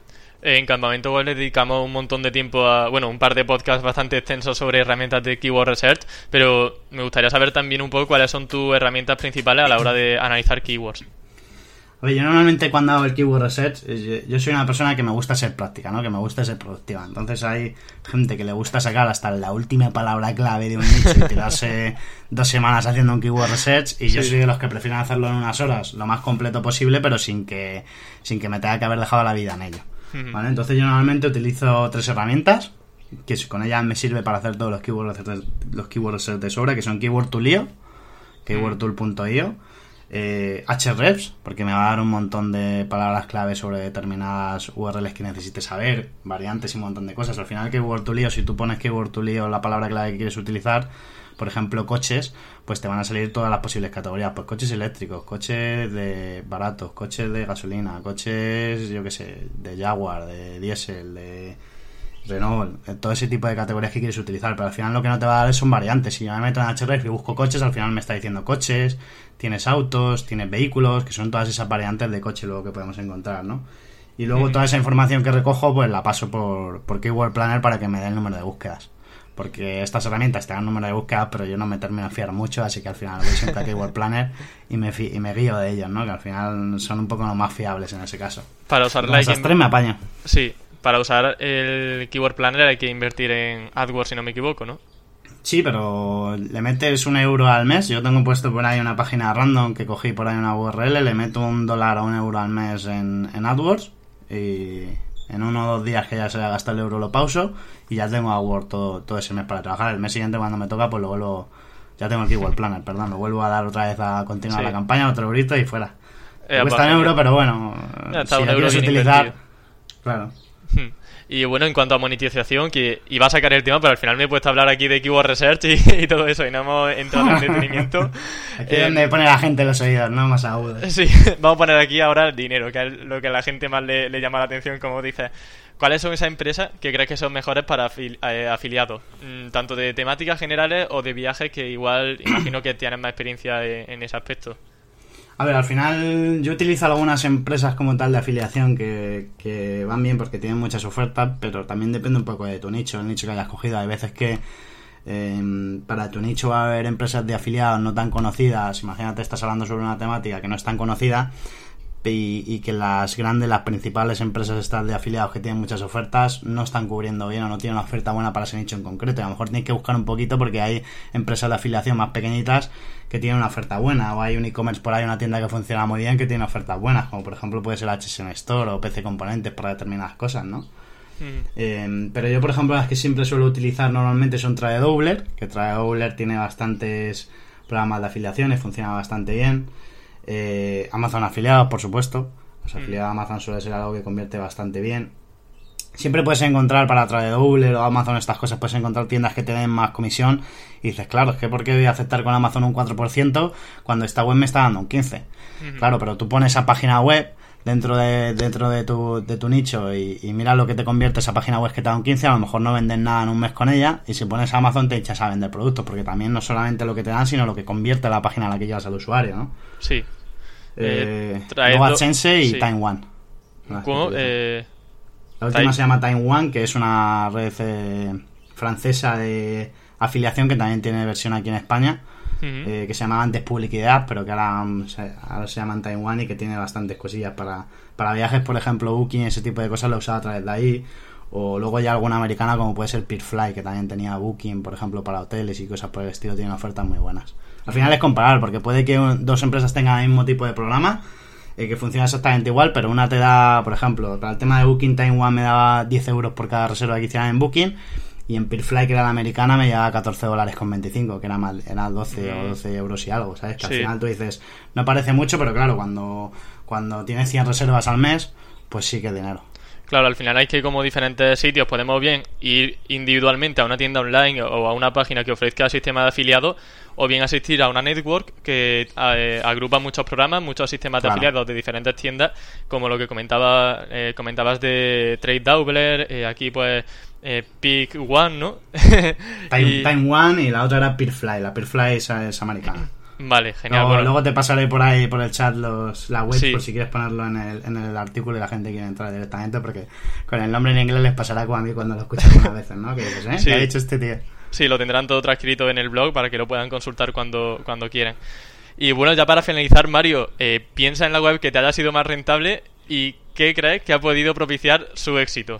Speaker 1: En Campamento Web le dedicamos un montón de tiempo a, un par de podcasts bastante extensos sobre herramientas de Keyword Research, pero me gustaría saber también un poco cuáles son tus herramientas principales a la hora de analizar keywords.
Speaker 2: Yo normalmente cuando hago el Keyword Research, yo soy una persona que me gusta ser práctica, ¿no? Que me gusta ser productiva. Entonces hay gente que le gusta sacar hasta la última palabra clave de un nicho y tirarse 2 semanas haciendo un Keyword Research, y yo soy de los que prefieren hacerlo en unas horas, lo más completo posible, pero sin que me tenga que haber dejado la vida en ello. ¿Vale? Entonces yo normalmente utilizo 3 herramientas, que con ellas me sirve para hacer todos los Keyword Research de sobra, que son Keyword Tool.io, keywordtool.io, Ahrefs, porque me va a dar un montón de palabras clave sobre determinadas URLs que necesites saber, variantes y un montón de cosas. Al final Keyword Tool.io, si tú pones Keyword Tool.io la palabra clave que quieres utilizar, por ejemplo coches, pues te van a salir todas las posibles categorías, pues coches eléctricos, coches de baratos, coches de gasolina, coches, yo que sé, de Jaguar, de diésel, de Renault, todo ese tipo de categorías que quieres utilizar, pero al final lo que no te va a dar son variantes. Si yo me meto en Ahrefs y busco coches, al final me está diciendo coches, tienes autos, tienes vehículos, que son todas esas variantes de coche luego que podemos encontrar, ¿no? Y luego toda esa información que recojo, pues la paso por Keyword Planner para que me dé el número de búsquedas, porque estas herramientas te dan número de búsquedas, pero yo no me termino de fiar mucho, así que al final voy siempre a Keyword Planner y me guío de ellos, ¿no? Que al final son un poco los más fiables en ese caso.
Speaker 1: Para usar
Speaker 2: esas 3 me apaño.
Speaker 1: Sí. Para usar el Keyword Planner hay que invertir en AdWords, si no me equivoco, ¿no?
Speaker 2: Sí, pero le metes €1 al mes. Yo tengo puesto por ahí una página random que cogí por ahí una URL, le meto $1 o €1 al mes en AdWords y En 1 o 2 días que ya se haya gastado el euro lo pauso y ya tengo a Word todo ese mes para trabajar. El mes siguiente cuando me toca pues lo vuelvo, ya tengo el Keyword Planner, perdón, lo vuelvo a dar otra vez a continuar la campaña, otro eurito y fuera. Cuesta 1 euro, pero bueno, si lo quieres utilizar, claro.
Speaker 1: Y bueno, en cuanto a monetización, que iba a sacar el tema, pero al final me he puesto a hablar aquí de Keyword Research y todo eso, y no hemos entrado en detenimiento.
Speaker 2: Aquí es donde pone la gente los oídos, ¿no? Más agudos.
Speaker 1: Sí, vamos a poner aquí ahora el dinero, que es lo que a la gente más le llama la atención, como dices. ¿Cuáles son esas empresas que crees que son mejores para afiliados? Tanto de temáticas generales o de viajes, que igual imagino que tienen más experiencia en ese aspecto.
Speaker 2: A ver, al final yo utilizo algunas empresas como tal de afiliación que van bien porque tienen muchas ofertas, pero también depende un poco de tu nicho, el nicho que hayas cogido. Hay veces que para tu nicho va a haber empresas de afiliados no tan conocidas. Imagínate, estás hablando sobre una temática que no es tan conocida y que las principales empresas estas de afiliados que tienen muchas ofertas no están cubriendo bien o no tienen una oferta buena para ese nicho en concreto. Y a lo mejor tienes que buscar un poquito porque hay empresas de afiliación más pequeñitas que tienen una oferta buena, o hay un e-commerce por ahí, una tienda que funciona muy bien que tiene ofertas buenas, como por ejemplo puede ser HSN Store o PC Componentes para determinadas cosas, ¿no? Pero yo, por ejemplo, las que siempre suelo utilizar normalmente son TradeDoubler, que TradeDoubler tiene bastantes programas de afiliaciones, funciona bastante bien. Amazon afiliados, por supuesto. Los afiliados a Amazon suele ser algo que convierte bastante bien. Siempre puedes encontrar para TradeDoubler o Amazon estas cosas, puedes encontrar tiendas que te den más comisión y dices, claro, es que ¿por qué voy a aceptar con Amazon un 4% cuando esta web me está dando un 15%? Claro, pero tú pones esa página web dentro de tu nicho y mira lo que te convierte esa página web que te da un 15%, a lo mejor no vendes nada en un mes con ella, y si pones a Amazon te echas a vender productos, porque también no solamente lo que te dan, sino lo que convierte la página a la que llevas al usuario, ¿no?
Speaker 1: Sí.
Speaker 2: Luego AdSense y Time One.
Speaker 1: ¿Cómo?
Speaker 2: La última se llama Time One, que es una red francesa de afiliación que también tiene versión aquí en España, que se llamaba antes Publicidad, pero que ahora se llaman Time One y que tiene bastantes cosillas para viajes, por ejemplo, Booking, ese tipo de cosas lo usaba a través de ahí. O luego ya alguna americana como puede ser Peerfly, que también tenía Booking, por ejemplo, para hoteles y cosas por el estilo, tiene ofertas muy buenas. Al final es comparar, porque puede que dos empresas tengan el mismo tipo de programa, que funciona exactamente igual, pero una te da, por ejemplo, para el tema de Booking, Time One me daba 10 euros por cada reserva que hiciera en Booking, y en Peerfly, que era la americana, me llevaba $14.25, que era 12 o 12 euros y algo, ¿sabes? Que al final tú dices, no parece mucho, pero claro, cuando tienes 100 reservas al mes, pues sí que es dinero.
Speaker 1: Claro, al final hay que, como diferentes sitios, podemos bien ir individualmente a una tienda online o a una página que ofrezca sistema de afiliados, o bien asistir a una network que agrupa muchos programas, muchos sistemas de afiliados de diferentes tiendas, como lo que comentabas de TradeDoubler, aquí pues Pick One, ¿no?
Speaker 2: Time One, y la otra era Peerfly. La Peerfly es americana.
Speaker 1: Vale, genial.
Speaker 2: Luego te pasaré por ahí por el chat la web, por si quieres ponerlo en el artículo y la gente quiere entrar directamente, porque con el nombre en inglés les pasará como a mí cuando lo escuchan algunas veces, ¿no? Que dices, ¿qué ha dicho este tío?
Speaker 1: Sí, lo tendrán todo transcrito en el blog para que lo puedan consultar cuando quieran. Y bueno, ya para finalizar, Mario, piensa en la web que te haya sido más rentable y ¿qué crees que ha podido propiciar su éxito?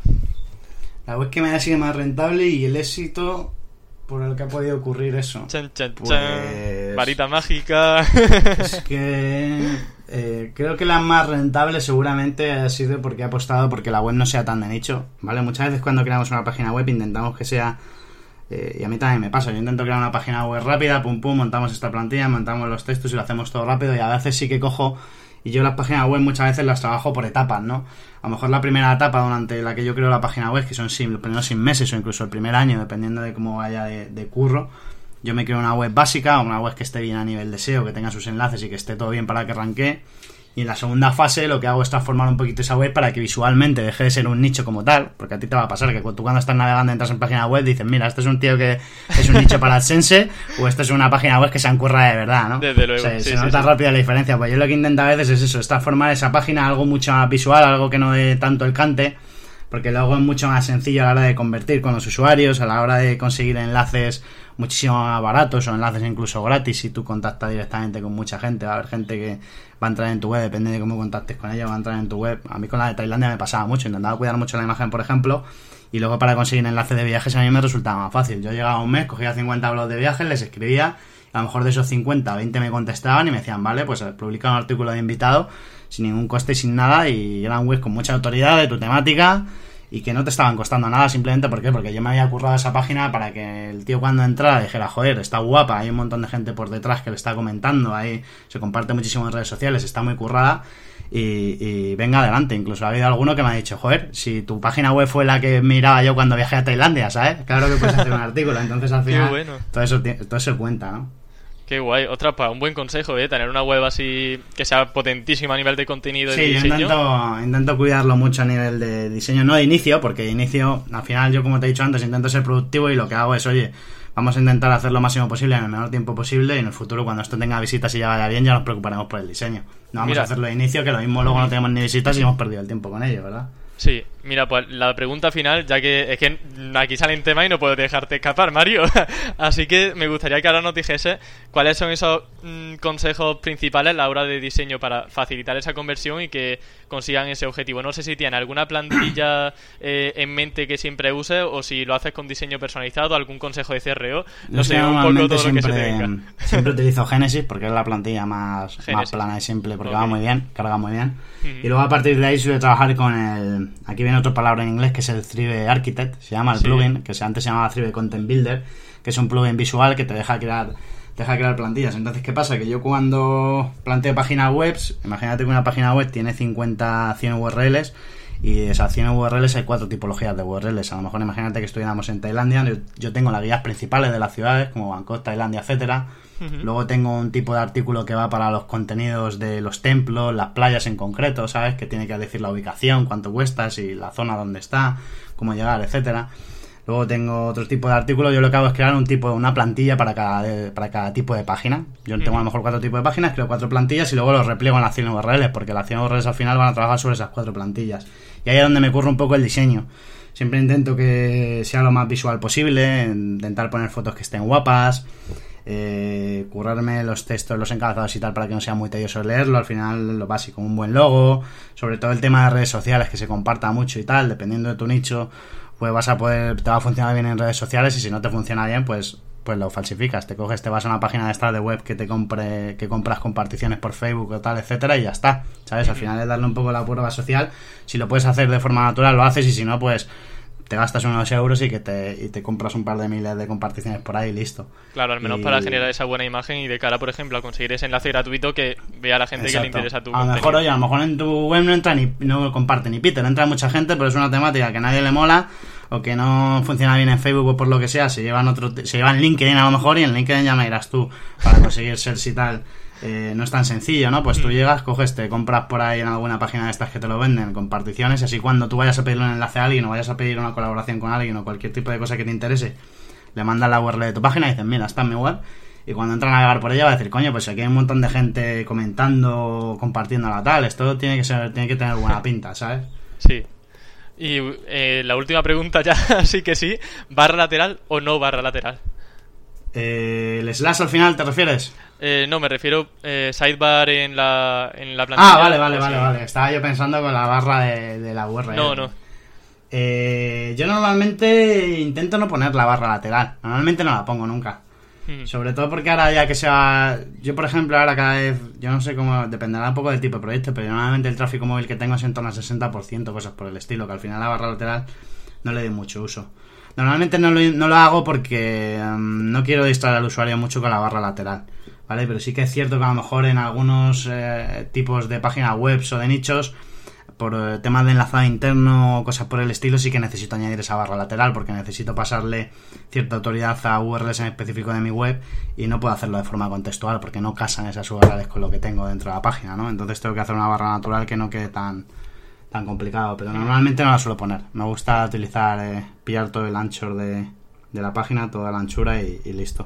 Speaker 2: La web que me haya sido más rentable y el éxito por el que ha podido ocurrir eso.
Speaker 1: Pues... varita mágica.
Speaker 2: Es que creo que la más rentable seguramente ha sido porque ha apostado porque la web no sea tan de nicho, ¿vale? Muchas veces cuando creamos una página web intentamos que sea... y a mí también me pasa, yo intento crear una página web rápida, pum pum, montamos esta plantilla, montamos los textos y lo hacemos todo rápido, y a veces sí que cojo, y yo las páginas web muchas veces las trabajo por etapas, ¿no? A lo mejor la primera etapa durante la que yo creo la página web, que son los primeros 6 meses o incluso el primer año, dependiendo de cómo vaya de curro, yo me creo una web básica, una web que esté bien a nivel de SEO, que tenga sus enlaces y que esté todo bien para que arranque. Y en la segunda fase lo que hago es transformar un poquito esa web para que visualmente deje de ser un nicho como tal, porque a ti te va a pasar que tú cuando estás navegando entras en página web dices, mira, este es un tío que es un nicho para AdSense, o esto es una página web que se encurra de verdad, ¿no?
Speaker 1: Desde luego.
Speaker 2: Se nota rápida la diferencia. Pues yo lo que intento a veces es eso, es transformar esa página a algo mucho más visual, algo que no dé tanto el cante, porque luego es mucho más sencillo a la hora de convertir con los usuarios, a la hora de conseguir enlaces muchísimo más baratos o enlaces incluso gratis. Si tú contactas directamente con mucha gente, va a haber gente que va a entrar en tu web, depende de cómo contactes con ella, va a entrar en tu web. A mí con la de Tailandia me pasaba mucho, intentaba cuidar mucho la imagen, por ejemplo, Y luego para conseguir enlaces de viajes a mí me resultaba más fácil. Yo llegaba un mes, cogía 50 blogs de viajes, les escribía, a lo mejor de esos 50, 20 me contestaban y me decían, vale, pues publica un artículo de invitado sin ningún coste y sin nada, y eran webs con mucha autoridad de tu temática y que no te estaban costando nada, simplemente ¿por qué? Porque yo me había currado esa página para que el tío cuando entrara dijera, joder, está guapa, hay un montón de gente por detrás que le está comentando, ahí se comparte muchísimo en redes sociales, está muy currada y venga adelante. Incluso ha habido alguno que me ha dicho, joder, si tu página web fue la que miraba yo cuando viajé a Tailandia, ¿sabes? Claro que puedes hacer un artículo, entonces al final
Speaker 1: bueno.
Speaker 2: todo eso cuenta, ¿no?
Speaker 1: Qué guay. Ostras, pues un buen consejo, tener una web así que sea potentísima a nivel de contenido y
Speaker 2: sí,
Speaker 1: de diseño.
Speaker 2: Yo intento cuidarlo mucho a nivel de diseño, no de inicio, porque de inicio, al final yo como te he dicho antes, intento ser productivo y lo que hago es, oye, vamos a intentar hacer lo máximo posible en el menor tiempo posible y en el futuro cuando esto tenga visitas y ya vaya bien ya nos preocuparemos por el diseño. No vamos a hacerlo de inicio, que lo mismo luego no tenemos ni visitas y hemos perdido el tiempo con ello, ¿verdad?
Speaker 1: Sí, mira, pues la pregunta final, ya que es que aquí salen temas y no puedo dejarte escapar, Mario. Así que me gustaría que ahora nos dijese cuáles son esos consejos principales a la hora de diseño para facilitar esa conversión y que consigan ese objetivo. No sé si tienes alguna plantilla en mente que siempre uses o si lo haces con diseño personalizado, algún consejo de CRO. No sé, un poco todo lo que se te venga.
Speaker 2: Siempre utilizo Genesis porque es la plantilla más plana y simple porque va muy bien, carga muy bien. Y luego a partir de ahí suelo trabajar con el... Aquí viene otra palabra en inglés que es el Thrive Architect, se llama el plugin, que antes se llamaba Thrive Content Builder, que es un plugin visual que te deja crear plantillas. Entonces, ¿qué pasa? Que yo cuando planteo páginas web, imagínate que una página web tiene 50, 100 URLs y de esas 100 URLs hay 4 tipologías de URLs. A lo mejor imagínate que estuviéramos en Tailandia, yo tengo las guías principales de las ciudades como Bangkok, Tailandia, etcétera. Luego tengo un tipo de artículo que va para los contenidos de los templos, las playas en concreto, ¿sabes? Que tiene que decir la ubicación, cuánto cuesta, si la zona donde está, cómo llegar, etcétera. Luego tengo otro tipo de artículo. Yo lo que hago es crear una plantilla para cada tipo de página. Yo tengo a lo mejor 4 tipos de páginas, creo 4 plantillas y luego los repliego en las 100 URLs, porque las 100 URLs al final van a trabajar sobre esas 4 plantillas. Y ahí es donde me curro un poco el diseño. Siempre intento que sea lo más visual posible, intentar poner fotos que estén guapas, currarme los textos, los encabezados y tal para que no sea muy tedioso leerlo. Al final lo básico, un buen logo, sobre todo el tema de redes sociales, que se comparta mucho y tal, dependiendo de tu nicho, pues te va a funcionar bien en redes sociales, y si no te funciona bien, pues lo falsificas, te vas a una página de esta de web que compras comparticiones por Facebook o tal, etcétera, y ya está, ¿sabes? Al final es darle un poco la prueba social. Si lo puedes hacer de forma natural, lo haces, y si no, pues te gastas unos euros y te compras un par de miles de comparticiones por ahí y listo.
Speaker 1: Claro, al menos para generar esa buena imagen y de cara, por ejemplo, a conseguir ese enlace gratuito que vea a la gente. Exacto. Que le interesa tu contenido. A lo mejor en tu web no comparte ni Peter, entra mucha gente, pero es una temática que a nadie le mola o que no funciona bien en Facebook o por lo que sea, se llevan LinkedIn a lo mejor, y en LinkedIn ya me dirás tú, para conseguir sales y tal. No es tan sencillo, ¿no? Pues tú llegas, coges, te compras por ahí en alguna página de estas que te lo venden con particiones, así cuando tú vayas a pedirle un enlace a alguien o vayas a pedir una colaboración con alguien o cualquier tipo de cosa que te interese, le mandas la URL de tu página y dices, mira, está en mi web, y cuando entran a navegar por ella va a decir, coño, pues aquí hay un montón de gente comentando, compartiéndola tiene que tener buena pinta, ¿sabes? Sí. Y la última pregunta ya, sí que sí, ¿barra lateral o no barra lateral?
Speaker 2: ¿El slash al final te refieres?
Speaker 1: No, me refiero sidebar en la plantilla.
Speaker 2: Vale. Estaba yo pensando con la barra de la URL.
Speaker 1: No.
Speaker 2: Yo normalmente intento no poner la barra lateral. Normalmente no la pongo nunca. Sobre todo porque ahora ya que sea... Yo, por ejemplo, ahora cada vez... Yo no sé cómo... Dependerá un poco del tipo de proyecto, pero normalmente el tráfico móvil que tengo es en torno al 60%, cosas por el estilo, que al final la barra lateral no le doy mucho uso. Normalmente no lo hago porque no quiero distraer al usuario mucho con la barra lateral, ¿vale? Pero sí que es cierto que a lo mejor en algunos tipos de páginas web o de nichos, por temas de enlazado interno o cosas por el estilo, sí que necesito añadir esa barra lateral porque necesito pasarle cierta autoridad a URLs en específico de mi web y no puedo hacerlo de forma contextual porque no casan esas URLs con lo que tengo dentro de la página, ¿no? Entonces tengo que hacer una barra natural que no quede tan complicado, pero normalmente no la suelo poner. Me gusta utilizar, pillar todo el ancho de la página, toda la anchura y listo.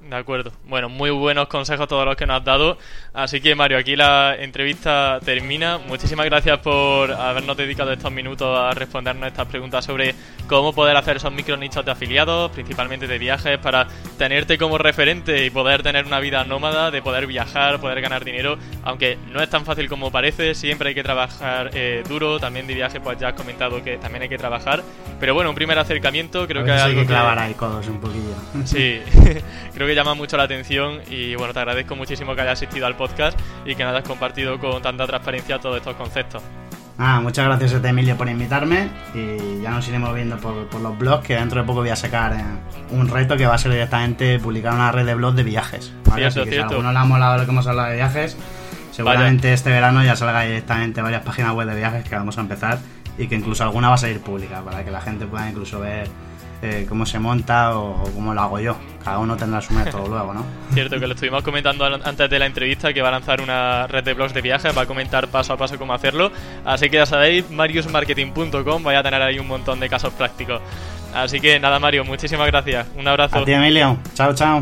Speaker 1: De acuerdo. Bueno, muy buenos consejos todos los que nos has dado. Así que, Mario, aquí la entrevista termina. Muchísimas gracias por habernos dedicado estos minutos a respondernos estas preguntas sobre cómo poder hacer esos micro nichos de afiliados, principalmente de viajes, para tenerte como referente y poder tener una vida nómada, de poder viajar, poder ganar dinero, aunque no es tan fácil como parece. Siempre hay que trabajar duro. También de viaje, pues ya has comentado que también hay que trabajar. Pero bueno, un primer acercamiento, creo que
Speaker 2: hay que clavar ahí codos un poquillo.
Speaker 1: Sí, creo que llama mucho la atención y bueno, te agradezco muchísimo que hayas asistido al podcast y que nos hayas compartido con tanta transparencia todos estos conceptos.
Speaker 2: Muchas gracias a ti, Emilio, por invitarme, y ya nos iremos viendo por los blogs, que dentro de poco voy a sacar un reto que va a ser directamente publicar una red de blogs de viajes, ¿vale?
Speaker 1: Cierto,
Speaker 2: así que
Speaker 1: cierto.
Speaker 2: Si a alguno le ha molado lo que hemos hablado de viajes, seguramente este verano ya salga directamente varias páginas web de viajes que vamos a empezar, y que incluso alguna va a salir pública para que la gente pueda incluso ver cómo se monta o cómo lo hago yo. Cada uno tendrá su método luego, ¿no?
Speaker 1: Cierto, que lo estuvimos comentando antes de la entrevista, que va a lanzar una red de blogs de viajes, va a comentar paso a paso cómo hacerlo. Así que ya sabéis, mariusmarketing.com, vais a tener ahí un montón de casos prácticos. Así que nada, Mario, muchísimas gracias. Un abrazo.
Speaker 2: A ti, Emilio. Chao, chao.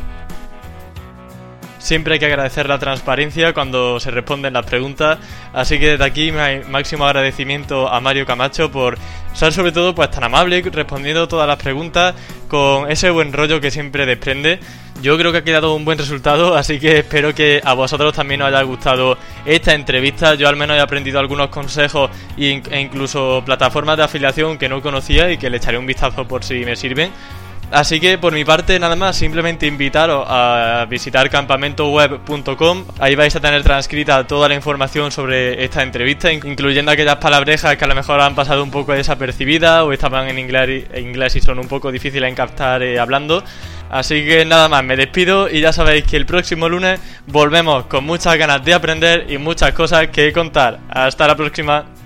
Speaker 1: Siempre hay que agradecer la transparencia cuando se responden las preguntas, así que desde aquí mi máximo agradecimiento a Mario Camacho por ser sobre todo pues tan amable, respondiendo todas las preguntas con ese buen rollo que siempre desprende. Yo creo que ha quedado un buen resultado, así que espero que a vosotros también os haya gustado esta entrevista. Yo al menos he aprendido algunos consejos e incluso plataformas de afiliación que no conocía y que le echaré un vistazo por si me sirven. Así que por mi parte nada más, simplemente invitaros a visitar campamentoweb.com. Ahí vais a tener transcrita toda la información sobre esta entrevista, incluyendo aquellas palabrejas que a lo mejor han pasado un poco desapercibidas o estaban en inglés y son un poco difíciles en captar hablando. Así que nada más, me despido y ya sabéis que el próximo lunes volvemos con muchas ganas de aprender y muchas cosas que contar. Hasta la próxima.